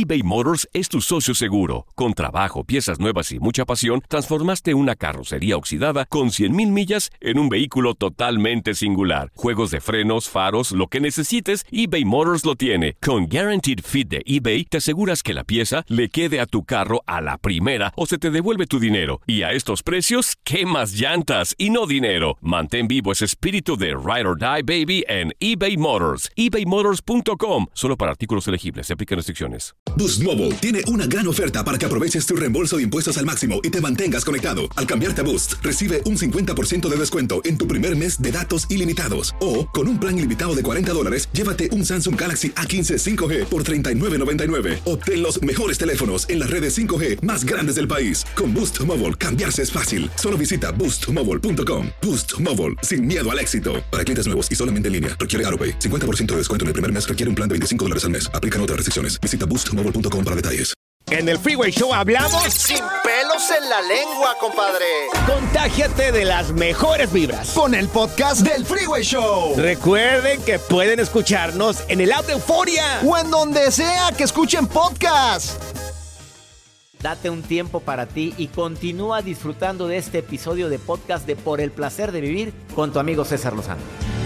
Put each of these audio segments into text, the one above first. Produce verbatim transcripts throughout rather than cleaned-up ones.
eBay Motors es tu socio seguro. Con trabajo, piezas nuevas y mucha pasión, transformaste una carrocería oxidada con cien mil millas en un vehículo totalmente singular. Juegos de frenos, faros, lo que necesites, eBay Motors lo tiene. Con Guaranteed Fit de eBay, te aseguras que la pieza le quede a tu carro a la primera o se te devuelve tu dinero. Y a estos precios, ¿qué más llantas y no dinero? Mantén vivo ese espíritu de Ride or Die, baby, en eBay Motors. ebay motors punto com. Solo para artículos elegibles. Se aplican restricciones. Boost Mobile tiene una gran oferta para que aproveches tu reembolso de impuestos al máximo y te mantengas conectado. Al cambiarte a Boost, recibe un cincuenta por ciento de descuento en tu primer mes de datos ilimitados. O, con un plan ilimitado de cuarenta dólares, llévate un Samsung Galaxy A quince cinco G por treinta y nueve noventa y nueve. Obtén los mejores teléfonos en las redes cinco G más grandes del país. Con Boost Mobile, cambiarse es fácil. Solo visita boost mobile punto com. Boost Mobile, sin miedo al éxito. Para clientes nuevos y solamente en línea, requiere AutoPay. cincuenta por ciento de descuento en el primer mes requiere un plan de veinticinco dólares al mes. Aplican otras restricciones. Visita boost mobile punto com para detalles. En el Freeway Show hablamos sin pelos en la lengua, compadre. Contágiate de las mejores vibras con el podcast del Freeway Show. Recuerden que pueden escucharnos en el app de Euforia o en donde sea que escuchen podcast. Date un tiempo para ti y continúa disfrutando de este episodio de podcast de Por el Placer de Vivir con tu amigo César Lozano.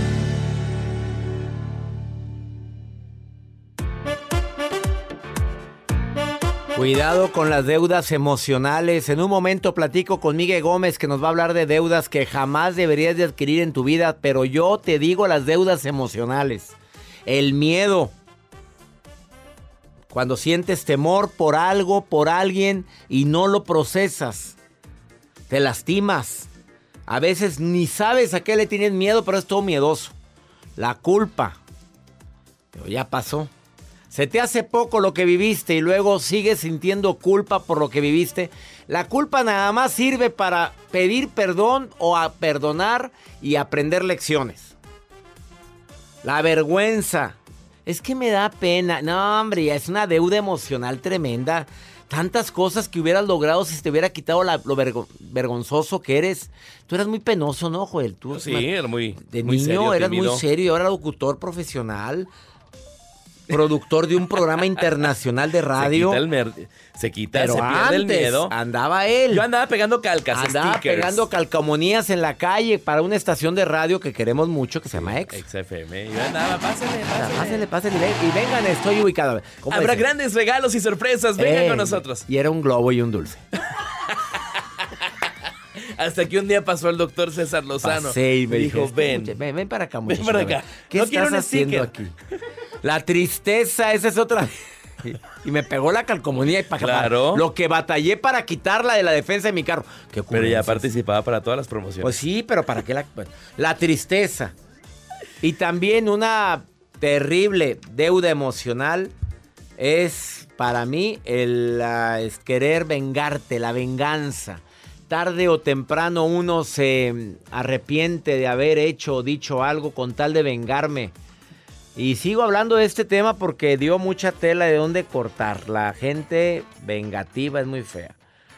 Cuidado con las deudas emocionales. En un momento platico con Miguel Gómez, que nos va a hablar de deudas que jamás deberías de adquirir en tu vida, pero yo te digo las deudas emocionales. El miedo. Cuando sientes temor por algo, por alguien y no lo procesas, te lastimas. A veces ni sabes a qué le tienes miedo, pero es todo miedoso. La culpa. Pero ya pasó. Se te hace poco lo que viviste y luego sigues sintiendo culpa por lo que viviste. La culpa nada más sirve para pedir perdón o a perdonar y aprender lecciones. La vergüenza. Es que me da pena. No, hombre, es una deuda emocional tremenda. Tantas cosas que hubieras logrado si se te hubiera quitado la, lo vergo, vergonzoso que eres. Tú eras muy penoso, ¿no, Joel? Tú, sí, era muy De muy niño serio, eras tímido. muy serio, ahora locutor profesional. Productor de un programa internacional de radio. Se quita el, mer- se, quita, Pero se pierde antes el miedo. andaba él. Yo andaba pegando calcas, Andaba stickers. pegando calcamonías en la calle para una estación de radio que queremos mucho, que se llama X. X F M. Yo andaba, pásale, pásale. Pásale, pásale. Y vengan, estoy ubicado. Habrá grandes regalos y sorpresas. Vengan Eh, con nosotros. Y era un globo y un dulce. Hasta que un día pasó el doctor César Lozano. Pasé y me dijo, dije, ven. ven, ven, ven para acá, Ven muchacho. para acá. ¿Qué No estás quiero un haciendo sticker. aquí? La tristeza, esa es otra. Y, y me pegó la calcomanía y para Claro. Lo que batallé para quitarla de la defensa de mi carro. ¿Qué Pero ya ocurrencias? participaba para todas las promociones. Pues sí, pero ¿para qué la...? La tristeza. Y también una terrible deuda emocional es, para mí, el uh, es querer vengarte, la venganza. Tarde o temprano uno se arrepiente de haber hecho o dicho algo con tal de vengarme. Y sigo hablando de este tema porque dio mucha tela de dónde cortar. La gente vengativa es muy fea.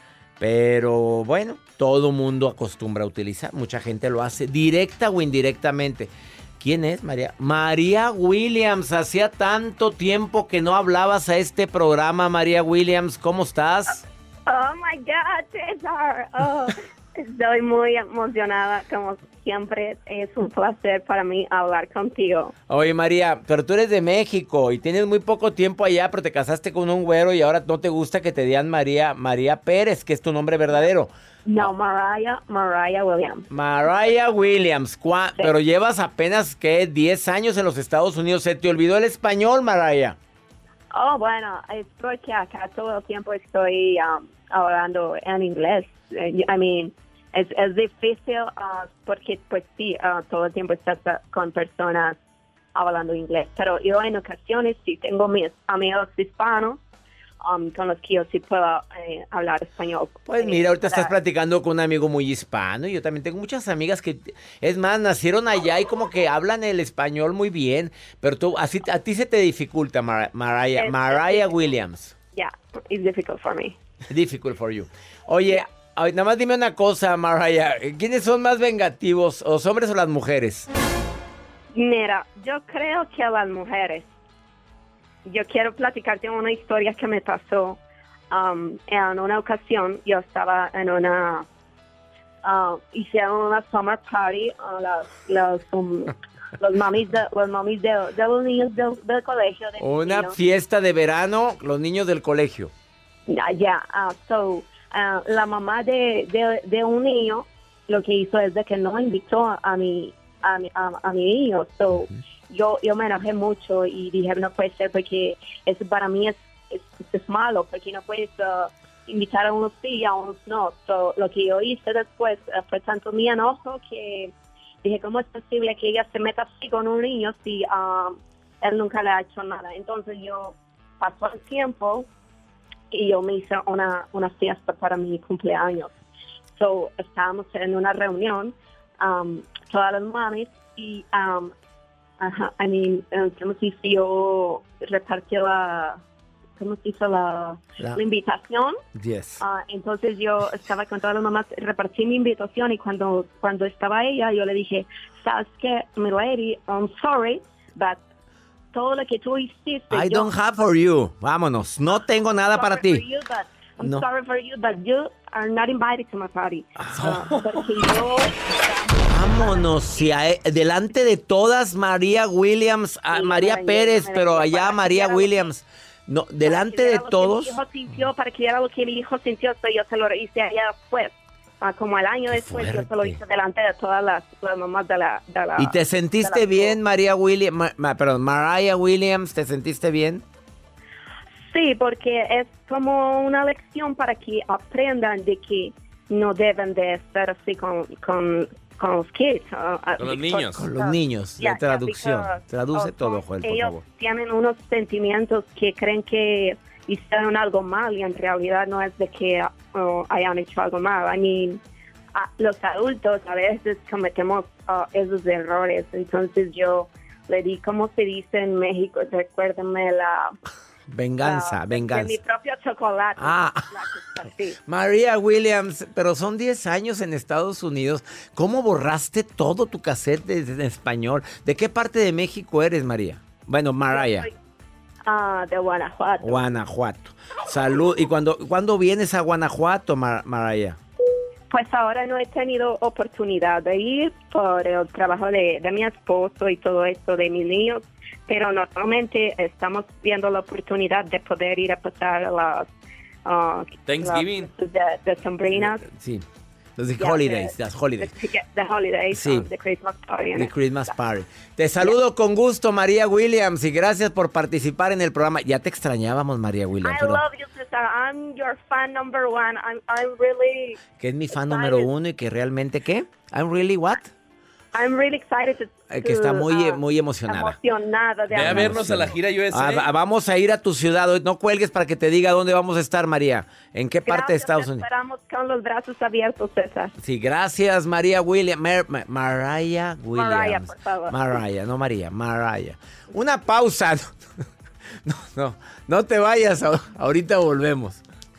Pero bueno, todo mundo acostumbra a utilizar. Mucha gente lo hace directa o indirectamente. ¿Quién es María? María Williams. Hacía tanto tiempo que no hablabas a este programa, María Williams. ¿Cómo estás? Oh my God, César. Oh, estoy muy emocionada. Como siempre, es un placer para mí hablar contigo. Oye, María, pero tú eres de México y tienes muy poco tiempo allá, pero te casaste con un güero y ahora no te gusta que te digan María, María Pérez, que es tu nombre verdadero. No, Mariah, Mariah Williams. Mariah Williams. ¿Cuá- Sí. Pero llevas apenas, ¿qué? diez años en los Estados Unidos. ¿Se te olvidó el español, Mariah? Oh, bueno, es porque acá todo el tiempo estoy um, hablando en inglés. Eh, I mean, es, es difícil uh, porque, pues sí, uh, todo el tiempo estás uh, con personas hablando inglés. Pero yo en ocasiones sí tengo mis amigos hispanos um, con los que yo sí puedo eh, hablar español. Pues Eh, mira, ahorita para- estás platicando con un amigo muy hispano y yo también tengo muchas amigas que, es más, nacieron allá y como que hablan el español muy bien, pero tú, así, a ti se te dificulta, Mar- Mariah, Es- Mariah es- Williams. Yeah, it's difficult for me. Difficult for you. Oye, ay, nada más dime una cosa, Mariah, ¿quiénes son más vengativos, los hombres o las mujeres? Mira, yo creo que las mujeres. yo quiero platicarte una historia que me pasó. Um, en una ocasión, yo estaba en una... Uh, hicieron una summer party a las, las, um, los mamis de los mamis de, de los niños del, del colegio. De Una niños. fiesta de verano, los niños del colegio. Ya, yeah, uh, so, uh, la mamá de, de, de un niño lo que hizo es de que no invitó a mi a mi, a, a mi niño. So, uh-huh. yo yo me enojé mucho y dije, no puede ser porque eso para mí es, es, es malo, porque no puedes uh, invitar a unos sí y a unos no. So, lo que yo hice después uh, fue tanto mi enojo que dije, ¿cómo es posible que ella se meta así con un niño si uh, él nunca le ha hecho nada? Entonces yo pasó el tiempo y yo me hice una, una fiesta para mi cumpleaños. So, estábamos en una reunión, um, todas las mamis, y, um, ajá, I mean, um, ¿cómo se hizo? Yo repartí la, ¿cómo se hizo la, la... la invitación? Yes. Uh, entonces yo estaba con todas las mamás, repartí mi invitación, y cuando, cuando estaba ella, yo le dije, ¿sabes qué, mi lady? I'm sorry, but todo lo que tú hiciste... I yo, don't have for you. Vámonos. No tengo nada para ti. You, but I'm no. sorry for you, but you are not invited to my party. Uh, porque yo... Vámonos. Si hay, delante de todas, María Williams, ah, Sí, María me Pérez, me pero para allá que María viera Williams. No, delante de Para que viera todos. Lo que mi hijo sintió, para que viera lo que mi hijo sintió, so yo se lo hice allá después. Uh, como el año Qué después, fuerte. yo se lo hice delante de todas las, las mamás de la... De la ¿Y te sentiste de la- bien, María Williams? Ma, ma, perdón, Mariah Williams, ¿te sentiste bien? Sí, porque es como una lección para que aprendan de que no deben de estar así con, con, con los kids. uh, uh, Con los because- niños. Con los niños, Yeah, la traducción. yeah, because, Traduce uh, todo, Joel, por ellos favor. tienen unos sentimientos que creen que hicieron algo mal y en realidad no es de que uh, hayan hecho algo mal. I mean, uh, los adultos a veces cometemos uh, esos errores. Entonces yo le di, como se dice en México, recuérdenme la... Venganza, la- venganza. De mi propio chocolate. Ah. La que está así. María Williams, pero son diez años en Estados Unidos. ¿Cómo borraste todo tu cassette de- de- en español? ¿De qué parte de México eres, María? Bueno, Mariah. Yo soy, ah, de Guanajuato. Guanajuato. Salud. ¿Y cuándo, cuándo vienes a Guanajuato, Mar- Mariah? Pues ahora no he tenido oportunidad de ir por el trabajo de, de mi esposo y todo esto de mis niños, pero normalmente estamos viendo la oportunidad de poder ir a pasar las uh, Thanksgiving. las de, de sembrinas. Sí. Los de Yeah, holidays, the- las holidays. The, the holidays, Sí. um, the Christmas party. and The it. Christmas Party. Te saludo con gusto, María Williams, y gracias por participar en el programa. Ya te extrañábamos, María Williams. I pero- love you, sister. I'm your fan number one. I'm, I'm really, que es mi fan excited. número uno y que realmente, ¿qué? I'm really what? I'm really excited to, Eh, que está muy, uh, muy emocionada. emocionada de Ve a hablar. vernos a la gira U S A. Ah, va- vamos a ir a tu ciudad. Hoy no cuelgues para que te diga dónde vamos a estar, María. ¿En qué parte de Gracias, Estados te Unidos? Esperamos con los brazos abiertos, César. Sí, gracias, María Williams. Mar- Ma- Mariah Williams. Mariah, por favor. Mariah, no María, Mariah. Una pausa. No, no, no te vayas. a- Ahorita volvemos.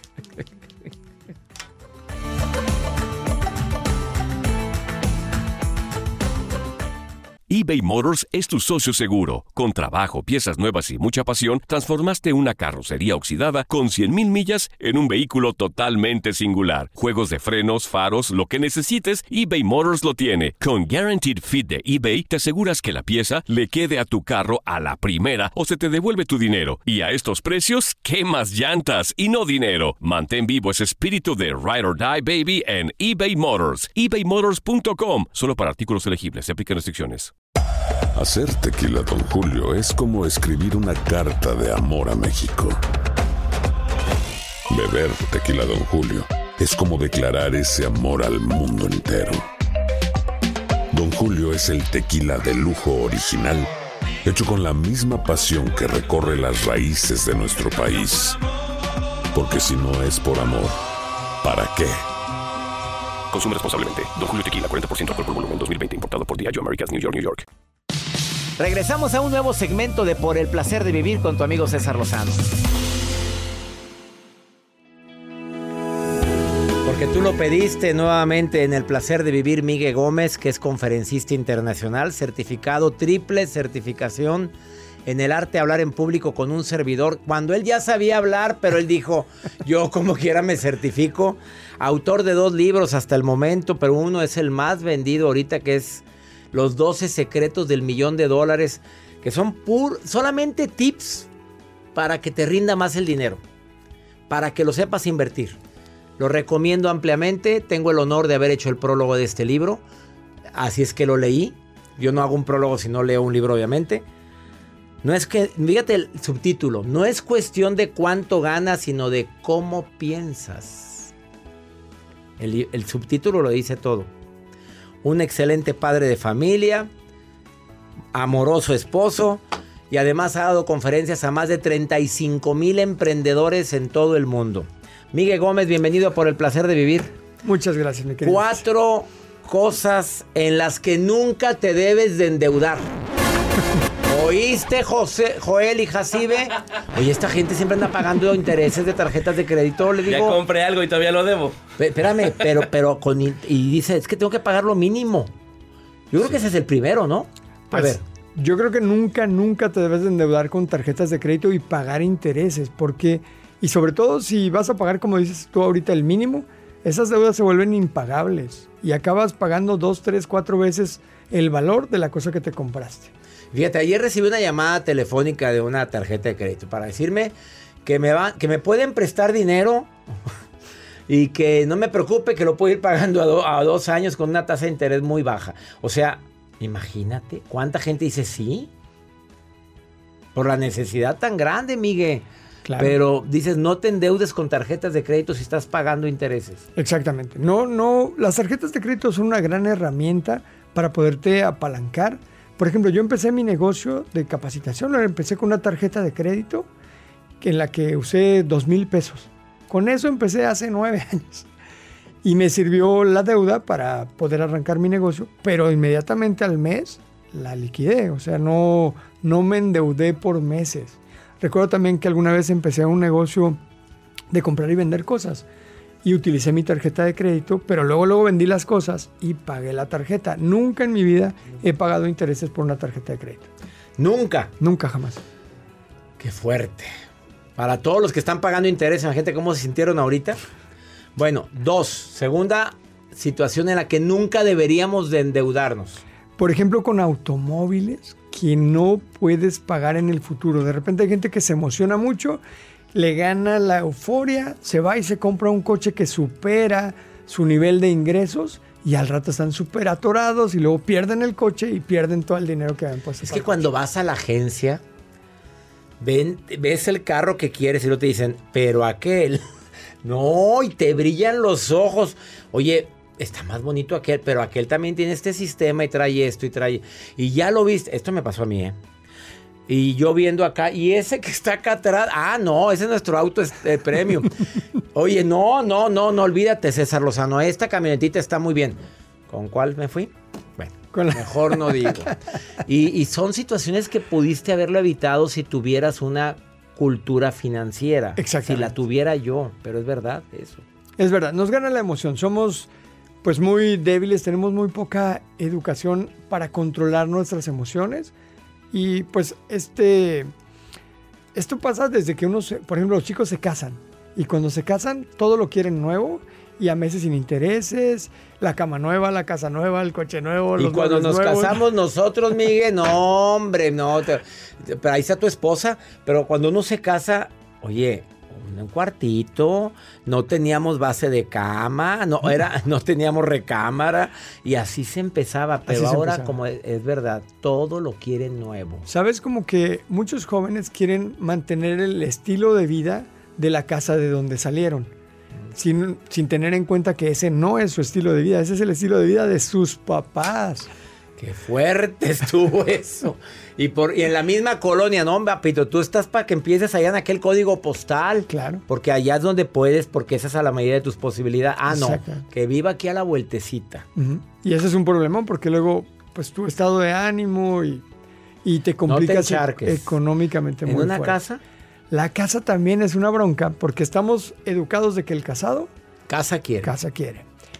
eBay Motors es tu socio seguro. Con trabajo, piezas nuevas y mucha pasión, transformaste una carrocería oxidada con cien mil millas en un vehículo totalmente singular. Juegos de frenos, faros, lo que necesites, eBay Motors lo tiene. Con Guaranteed Fit de eBay, te aseguras que la pieza le quede a tu carro a la primera o se te devuelve tu dinero. Y a estos precios, ¿qué más llantas y no dinero? Mantén vivo ese espíritu de Ride or Die, baby, en eBay Motors. ebay motors punto com. Solo para artículos elegibles. Se aplican restricciones. Hacer tequila Don Julio es como escribir una carta de amor a México. Beber tequila Don Julio es como declarar ese amor al mundo entero. Don Julio es el tequila de lujo original, hecho con la misma pasión que recorre las raíces de nuestro país. Porque si no es por amor, ¿para qué? Consume responsablemente. Don Julio Tequila, cuarenta por ciento alcohol por volumen, dos mil veinte. Importado por Diageo Americas, New York, New York. Regresamos a un nuevo segmento de Por el placer de vivir con tu amigo César Lozano. Porque tú lo pediste nuevamente en el placer de vivir, Miguel Gómez, que es conferencista internacional, certificado, triple certificación en el arte de hablar en público con un servidor, cuando él ya sabía hablar, pero él dijo, yo como quiera me certifico. Autor de dos libros hasta el momento, pero uno es el más vendido ahorita, que es Los doce secretos del millón de dólares, que son pur, solamente tips para que te rinda más el dinero, para que lo sepas invertir. Lo recomiendo ampliamente. Tengo el honor de haber hecho el prólogo de este libro, así es que lo leí. Yo no hago un prólogo si no leo un libro, obviamente. No es que, fíjate el subtítulo, no es cuestión de cuánto ganas, sino de cómo piensas. El, el subtítulo lo dice todo. Un excelente padre de familia, amoroso esposo, y además ha dado conferencias a más de treinta y cinco mil emprendedores en todo el mundo. Miguel Gómez, bienvenido a Por el Placer de Vivir. Muchas gracias, mi querido. Cuatro cosas en las que nunca te debes de endeudar. ¿Oíste, José, Joel y Jacibe? Oye, esta gente siempre anda pagando intereses de tarjetas de crédito. Le digo, ya compré algo y todavía lo debo. Espérame, pero, pero con, y dice, es que tengo que pagar lo mínimo. Yo creo sí. que ese es el primero, ¿no? A pues, ver. Yo creo que nunca, nunca te debes de endeudar con tarjetas de crédito y pagar intereses, porque... Y sobre todo si vas a pagar, como dices tú ahorita, el mínimo, esas deudas se vuelven impagables y acabas pagando dos, tres, cuatro veces el valor de la cosa que te compraste. Fíjate, ayer recibí una llamada telefónica de una tarjeta de crédito para decirme que me, va, que me pueden prestar dinero y que no me preocupe, que lo puedo ir pagando a, do, a dos años con una tasa de interés muy baja. O sea, imagínate cuánta gente dice sí por la necesidad tan grande, Miguel. Claro. Pero dices, no te endeudes con tarjetas de crédito si estás pagando intereses. Exactamente. No, no, las tarjetas de crédito son una gran herramienta para poderte apalancar. Por ejemplo, yo empecé mi negocio de capacitación, lo empecé con una tarjeta de crédito en la que usé dos mil pesos. Con eso empecé hace nueve años. Y me sirvió la deuda para poder arrancar mi negocio, pero inmediatamente al mes la liquidé. O sea, no, no me endeudé por meses. Recuerdo también que alguna vez empecé un negocio de comprar y vender cosas y utilicé mi tarjeta de crédito, pero luego, luego vendí las cosas y pagué la tarjeta. Nunca en mi vida he pagado intereses por una tarjeta de crédito. ¿Nunca? Nunca, jamás. Qué fuerte. Para todos los que están pagando intereses, imagínate cómo se sintieron ahorita. Bueno, dos. Segunda situación en la que nunca deberíamos de endeudarnos. Por ejemplo, con automóviles que no puedes pagar en el futuro. De repente hay gente que se emociona mucho, le gana la euforia, se va y se compra un coche que supera su nivel de ingresos y al rato están súper atorados y luego pierden el coche y pierden todo el dinero que habían puesto. Es que cuando vas a la agencia, ven, ves el carro que quieres y luego te dicen, pero aquel, no, y te brillan los ojos. Oye, está más bonito aquel, pero aquel también tiene este sistema y trae esto y trae... Y ya lo viste. Esto me pasó a mí, ¿eh? Y yo viendo acá, y ese que está acá atrás, ah, no, ese es nuestro auto este, premium. Oye, no, no, no, no olvídate, César Lozano, esta camionetita está muy bien. ¿Con cuál me fui? Bueno, ¿Con la... mejor no digo. Y, y son situaciones que pudiste haberlo evitado si tuvieras una cultura financiera. Exactamente. Si la tuviera yo, pero es verdad eso. Es verdad, nos gana la emoción, somos... pues muy débiles, tenemos muy poca educación para controlar nuestras emociones y pues este, esto pasa desde que uno, se, por ejemplo, los chicos se casan y cuando se casan todo lo quieren nuevo y a meses sin intereses, la cama nueva, la casa nueva, el coche nuevo, los y cuando nos nuevos. Casamos nosotros, Miguel, no hombre, no, te, pero ahí está tu esposa, pero cuando uno se casa, oye, un cuartito, no teníamos base de cama, no, era, no teníamos recámara y así se empezaba, pero se ahora empezaba. Como es, es verdad, todo lo quieren nuevo. ¿Sabes? Como que muchos jóvenes quieren mantener el estilo de vida de la casa de donde salieron, mm. sin, sin tener en cuenta que ese no es su estilo de vida, ese es el estilo de vida de sus papás. Qué fuerte estuvo eso. Y, por, y en la misma colonia, no, papito, tú estás para que empieces allá en aquel código postal. Claro. Porque allá es donde puedes, porque esa es a la medida de tus posibilidades. Ah, Exacto. no, que viva aquí a la vueltecita. Uh-huh. Y ese es un problemón, porque luego, pues tu estado de ánimo y, y te complicas no te económicamente muy fuerte. ¿En una fuerte. casa? La casa también es una bronca, porque estamos educados de que el casado... Casa quiere. Casa quiere.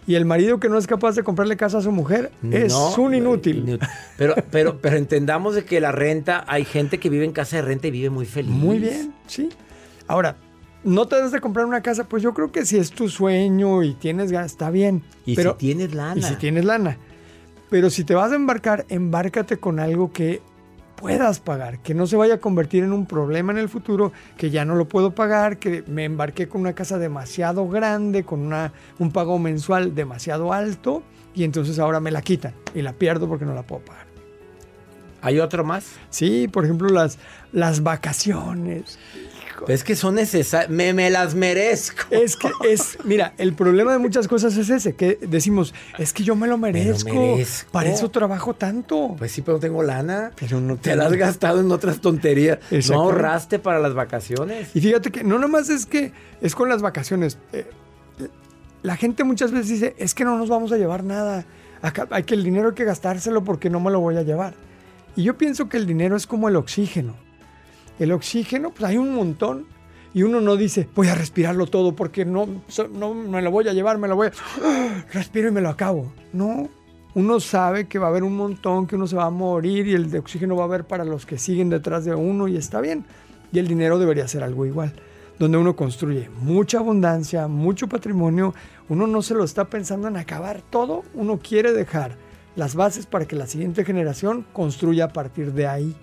Y el marido que no es capaz de comprarle casa a su mujer es No, un inútil. Pero, pero, pero entendamos de que la renta, hay gente que vive en casa de renta y vive muy feliz. Muy bien, sí. Ahora, no te debes de comprar una casa, pues yo creo que si es tu sueño y tienes ganas, está bien. Y pero, si tienes lana. Y si tienes lana. Pero si te vas a embarcar, embárcate con algo que puedas pagar, que no se vaya a convertir en un problema en el futuro, que ya no lo puedo pagar, que me embarqué con una casa demasiado grande, con una, un pago mensual demasiado alto, y entonces ahora me la quitan y la pierdo porque no la puedo pagar. ¿Hay otro más? Sí, por ejemplo, las, las vacaciones. Es que son necesarias, me, me las merezco. Es que es, mira, el problema de muchas cosas es ese, que decimos, es que yo me lo merezco, Me lo merezco. para eso trabajo tanto. Pues sí, pero no tengo lana. Pero no te la has gastado en otras tonterías. No Exactamente. ahorraste para las vacaciones. Y fíjate que no nomás es que es con las vacaciones. Eh, la gente muchas veces dice, es que no nos vamos a llevar nada. Acá, hay que el dinero hay que gastárselo porque no me lo voy a llevar. Y yo pienso que el dinero es como el oxígeno. El oxígeno, pues hay un montón. Y uno no dice, voy a respirarlo todo porque no, no me lo voy a llevar, me lo voy a... Respiro y me lo acabo. No, uno sabe que va a haber un montón, que uno se va a morir y el de oxígeno va a haber para los que siguen detrás de uno y está bien. Y el dinero debería ser algo igual, donde uno construye mucha abundancia, mucho patrimonio. Uno no se lo está pensando en acabar todo, uno quiere dejar las bases para que la siguiente generación construya a partir de ahí.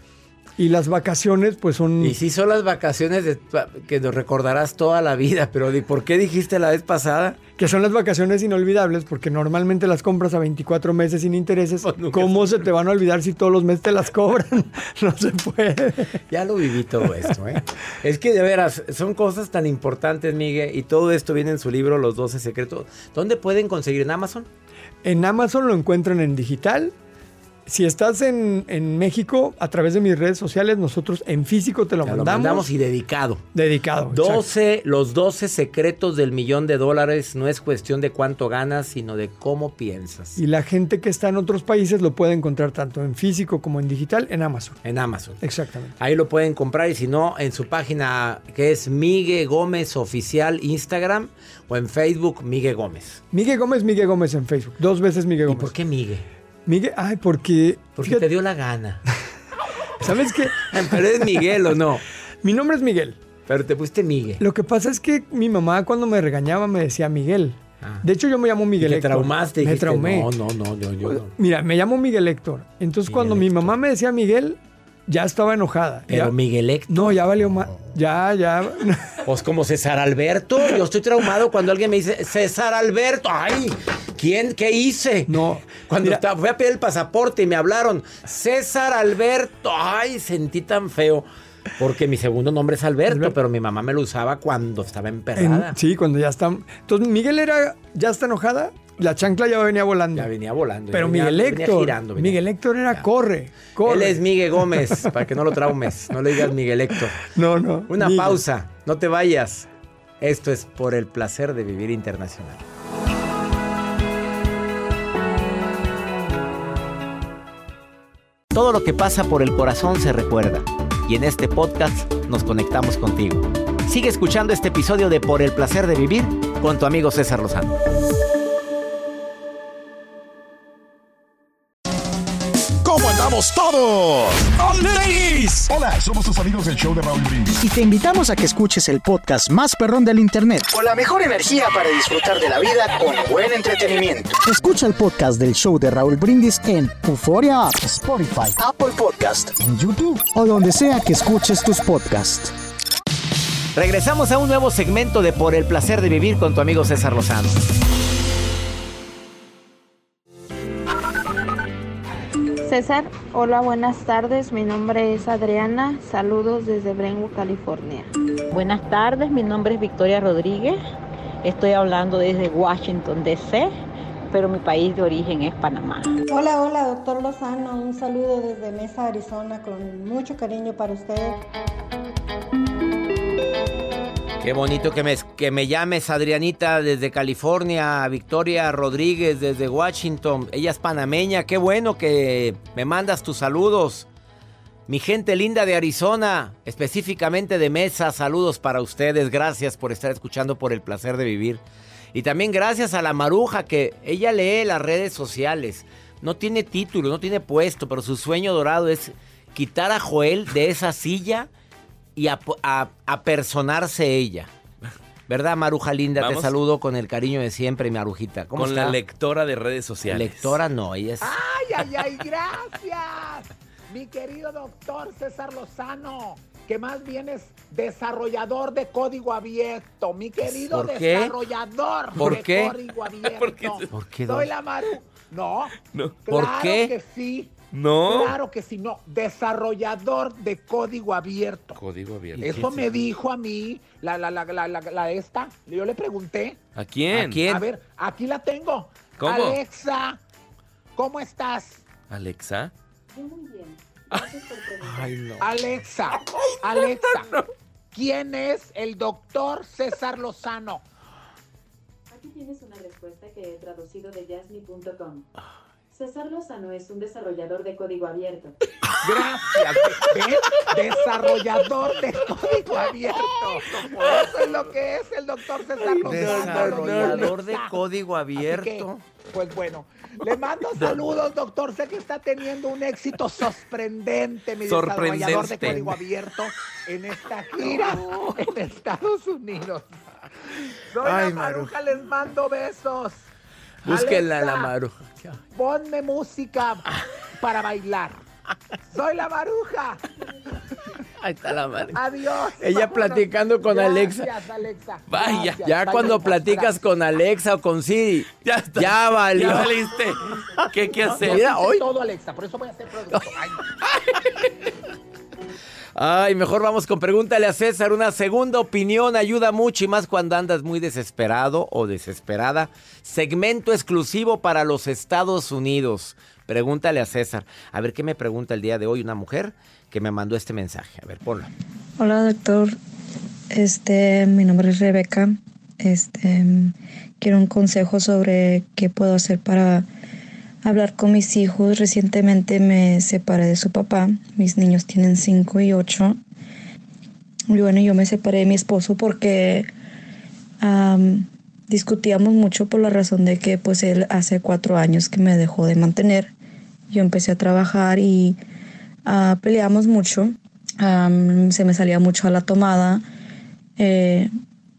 Y las vacaciones, pues son... Y sí son las vacaciones de, que nos recordarás toda la vida, pero ¿por qué dijiste la vez pasada? Que son las vacaciones inolvidables, porque normalmente las compras a veinticuatro meses sin intereses. Oh, ¿Cómo se te van a olvidar si todos los meses te las cobran? No se puede. Ya lo viví todo esto, ¿eh? Es que de veras, son cosas tan importantes, Miguel, y todo esto viene en su libro Los doce Secretos. ¿Dónde pueden conseguir? ¿En Amazon? En Amazon lo encuentran en digital. Si estás en, en México, a través de mis redes sociales, nosotros en físico te lo te mandamos. Lo mandamos y dedicado. Dedicado. doce, los doce secretos del millón de dólares. No es cuestión de cuánto ganas, sino de cómo piensas. Y la gente que está en otros países lo puede encontrar tanto en físico como en digital en Amazon. En Amazon. Exactamente. Ahí lo pueden comprar y si no, en su página que es Miguel Gómez Oficial Instagram o en Facebook Miguel Gómez. Miguel Gómez, Miguel Gómez en Facebook. Dos veces Miguel Gómez. ¿Y por qué Miguel? Miguel, ay, porque... Porque fíjate, te dio la gana. ¿Sabes qué? Pero es Miguel o no. Mi nombre es Miguel. Pero te pusiste Miguel. Lo que pasa es que mi mamá cuando me regañaba me decía Miguel. Ah. De hecho, yo me llamo Miguel ¿Y te Héctor. traumaste? Me dijiste, traumé. No, no, no, yo, yo no. Mira, me llamo Miguel Héctor. Entonces, Miguel cuando Héctor. Mi mamá me decía Miguel, ya estaba enojada. Pero ya, Miguel Héctor. No, ya valió más. Ya, ya. Pues como César Alberto. Yo estoy traumado cuando alguien me dice César Alberto. ¡Ay! ¿Quién? ¿Qué hice? No. Cuando estaba, fui a pedir el pasaporte y me hablaron César Alberto. ¡Ay! Sentí tan feo. Porque mi segundo nombre es Alberto, Alberto. Pero mi mamá me lo usaba cuando estaba emperrada. En, sí, cuando ya está. Entonces, Miguel era. Ya está enojada. La chancla ya venía volando. Ya venía volando. Pero venía, Miguel Héctor. Venía girando, venía. Miguel Héctor era ya. corre, corre. Él es Miguel Gómez, para que no lo traumes. No le digas Miguel Héctor. No, no. Una Miguel. pausa. No te vayas. Esto es Por el Placer de Vivir Internacional. Todo lo que pasa por el corazón se recuerda. Y en este podcast nos conectamos contigo. Sigue escuchando este episodio de Por el Placer de Vivir con tu amigo César Lozano. ¿Cómo andamos todos? ¡Ladies! Hola, somos tus amigos del show de Raúl Brindis. Y te invitamos a que escuches el podcast más perrón del internet. Con la mejor energía para disfrutar de la vida con buen entretenimiento. Escucha el podcast del show de Raúl Brindis en Euforia App, Spotify, Apple Podcast, en YouTube o donde sea que escuches tus podcasts. Regresamos a un nuevo segmento de Por el Placer de Vivir con tu amigo César Lozano. César, hola, buenas tardes. Mi nombre es Adriana. Saludos desde Brentwood, California. Buenas tardes, mi nombre es Victoria Rodríguez. Estoy hablando desde Washington, D C, pero mi país de origen es Panamá. Hola, hola, doctor Lozano. Un saludo desde Mesa, Arizona, con mucho cariño para usted. Qué bonito que me, que me llames, Adrianita, desde California, Victoria Rodríguez, desde Washington. Ella es panameña, qué bueno que me mandas tus saludos. Mi gente linda de Arizona, específicamente de Mesa, saludos para ustedes. Gracias por estar escuchando Por el Placer de Vivir. Y también gracias a la Maruja, que ella lee las redes sociales. No tiene título, no tiene puesto, pero su sueño dorado es quitar a Joel de esa silla y a, a, a personarse ella. ¿Verdad, Maruja linda? Vamos. Te saludo con el cariño de siempre, Marujita. ¿Cómo Con está? la lectora de redes sociales. Lectora no, ella es... ¡Ay, ay, ay! ¡Gracias! Mi querido doctor César Lozano, que más bien es desarrollador de código abierto. Mi querido ¿Por qué? desarrollador ¿Por de qué? código abierto. ¿Por qué? ¿Por qué, Soy doc? la Maru... No. No. ¿Por Claro qué? que sí. No. Claro que sí, no. Desarrollador de código abierto. Código abierto. Eso me dijo a mí la, la, la, la, la, la esta. Yo le pregunté. ¿A quién? ¿A quién? A ver, aquí la tengo. ¿Cómo? Alexa, ¿cómo estás? ¿Alexa? Muy bien. Ay, no. Alexa, Alexa, ¿quién es el doctor César Lozano? Aquí tienes una respuesta que he traducido de yasmi punto com. César Lozano es un desarrollador de código abierto. Gracias, ¿ves? Desarrollador de código abierto. Eso es lo que es el doctor César Lozano. Desarrollador de código Así que, abierto. pues bueno, le mando saludos, doctor. Sé que está teniendo un éxito sorprendente, mi Sorprendente. desarrollador de código abierto, en esta gira en Estados Unidos. Soy Ay, la Maruja, les mando besos. Búsquenla, Alexa, la Maruja. Ponme música para bailar. Soy la Maruja. Ahí está la madre. Adiós. Ella Vámonos. platicando con Gracias, Alexa. Alexa. Vaya, Gracias. Ya Vaya, cuando gracias. platicas con Alexa o con Siri, Ya está. ya valió. Ya valiste. ¿Qué hay que hacer? Mira, Hice hoy- todo, Alexa, por eso voy a ser productor. Ay, Ay, mejor vamos con Pregúntale a César. Una segunda opinión ayuda mucho y más cuando andas muy desesperado o desesperada. Segmento exclusivo para los Estados Unidos. Pregúntale a César. A ver qué me pregunta el día de hoy una mujer que me mandó este mensaje. A ver, ponlo. Hola doctor, este, mi nombre es Rebeca. Este, quiero un consejo sobre qué puedo hacer para hablar con mis hijos. Recientemente me separé de su papá. Mis niños tienen cinco y ocho. Y bueno, yo me separé de mi esposo porque um, discutíamos mucho por la razón de que pues él hace cuatro años que me dejó de mantener. Yo empecé a trabajar y uh, peleamos mucho. Um, se me salía mucho a la tomada. Eh,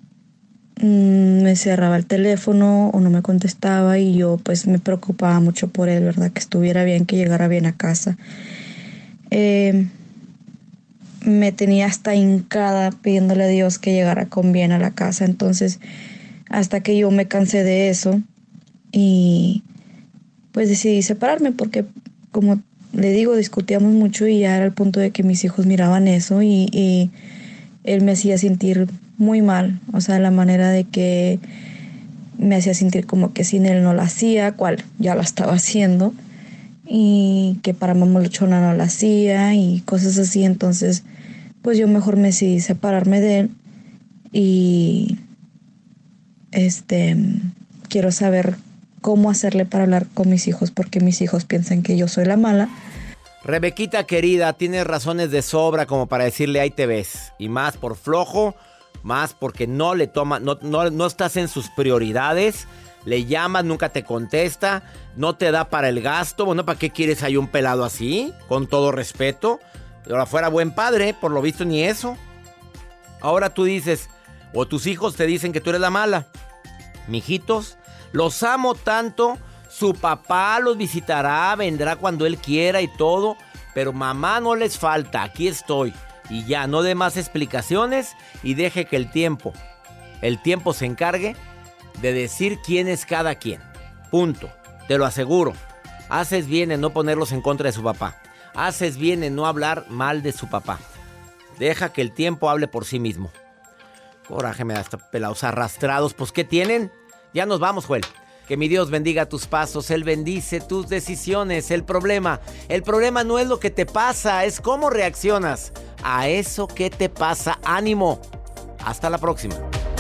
me cerraba el teléfono o no me contestaba y yo pues me preocupaba mucho por él, ¿verdad? Que estuviera bien, que llegara bien a casa. Eh, me tenía hasta hincada pidiéndole a Dios que llegara con bien a la casa. Entonces, hasta que yo me cansé de eso y pues decidí separarme porque, como le digo, discutíamos mucho y ya era el punto de que mis hijos miraban eso y, y él me hacía sentir muy mal, o sea, la manera de que me hacía sentir como que sin él no la hacía, cual ya la estaba haciendo, y que para mamá luchona no la hacía y cosas así. Entonces, pues yo mejor me decidí separarme de él y este quiero saber cómo hacerle para hablar con mis hijos porque mis hijos piensan que yo soy la mala. Rebequita querida, tienes razones de sobra como para decirle ahí te ves. Y más por flojo, más porque no le toma, no, no, no estás en sus prioridades. Le llamas, nunca te contesta, no te da para el gasto. Bueno, ¿para qué quieres ahí un pelado así? Con todo respeto. Ahora fuera buen padre, por lo visto ni eso. Ahora tú dices, o tus hijos te dicen que tú eres la mala. Mijitos, los amo tanto. Su papá los visitará, vendrá cuando él quiera y todo. Pero mamá no les falta, aquí estoy. Y ya, no dé más explicaciones y deje que el tiempo, el tiempo se encargue de decir quién es cada quien. Punto. Te lo aseguro. Haces bien en no ponerlos en contra de su papá. Haces bien en no hablar mal de su papá. Deja que el tiempo hable por sí mismo. Coraje me da hasta pelados arrastrados. Pues, ¿qué tienen? Ya nos vamos, Joel. Que mi Dios bendiga tus pasos, Él bendice tus decisiones. El problema, el problema no es lo que te pasa, es cómo reaccionas a eso que te pasa. ¡Ánimo! Hasta la próxima.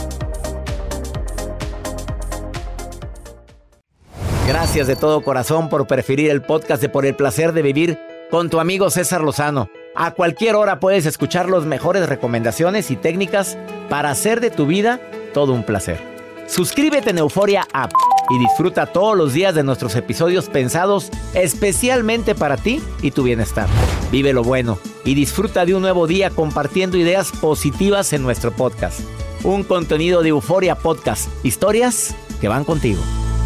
Gracias de todo corazón por preferir el podcast de Por el Placer de Vivir con tu amigo César Lozano. A cualquier hora puedes escuchar las mejores recomendaciones y técnicas para hacer de tu vida todo un placer. Suscríbete en Euforia App y disfruta todos los días de nuestros episodios pensados especialmente para ti y tu bienestar. Vive lo bueno y disfruta de un nuevo día compartiendo ideas positivas en nuestro podcast. Un contenido de Euforia Podcast. Historias que van contigo.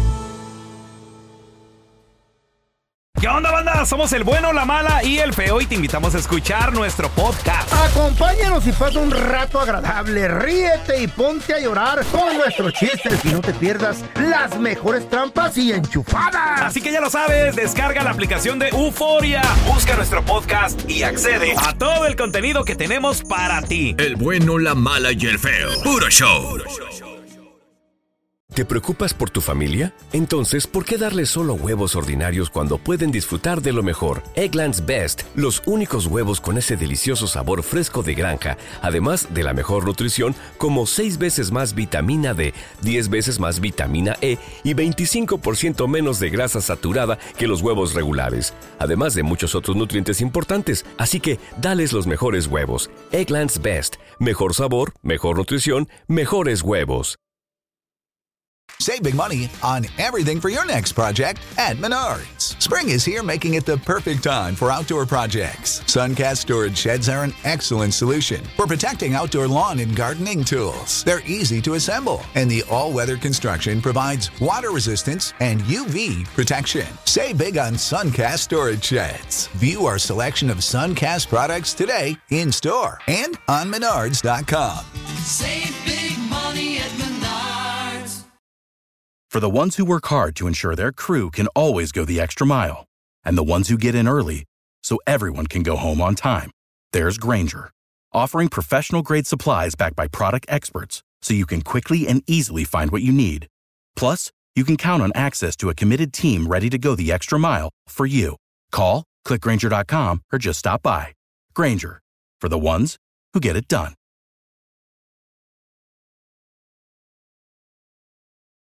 ¿Qué onda, banda? Somos el bueno, la mala y el feo y te invitamos a escuchar nuestro podcast. Acompáñanos y pasa un rato agradable. Ríete y ponte a llorar con nuestros chistes y no te pierdas las mejores trampas y enchufadas. Así que ya lo sabes, descarga la aplicación de Euforia, busca nuestro podcast y accede a todo el contenido que tenemos para ti. El bueno, la mala y el feo. Puro show. Puro show. ¿Te preocupas por tu familia? Entonces, ¿por qué darles solo huevos ordinarios cuando pueden disfrutar de lo mejor? Eggland's Best, los únicos huevos con ese delicioso sabor fresco de granja, además de la mejor nutrición, como seis veces más vitamina D, diez veces más vitamina E y veinticinco por ciento menos de grasa saturada que los huevos regulares, además de muchos otros nutrientes importantes. Así que, dales los mejores huevos. Eggland's Best, mejor sabor, mejor nutrición, mejores huevos. Save big money on everything for your next project at Menards. Spring is here, making it the perfect time for outdoor projects. Suncast storage sheds are an excellent solution for protecting outdoor lawn and gardening tools. They're easy to assemble, and the all-weather construction provides water resistance and U V protection. Save big on Suncast storage sheds. View our selection of Suncast products today in-store and on menards dot com. Save big money at Menards. For the ones who work hard to ensure their crew can always go the extra mile, and the ones who get in early so everyone can go home on time, there's Grainger, offering professional-grade supplies backed by product experts so you can quickly and easily find what you need. Plus, you can count on access to a committed team ready to go the extra mile for you. Call, click Grainger dot com, or just stop by. Grainger, for the ones who get it done.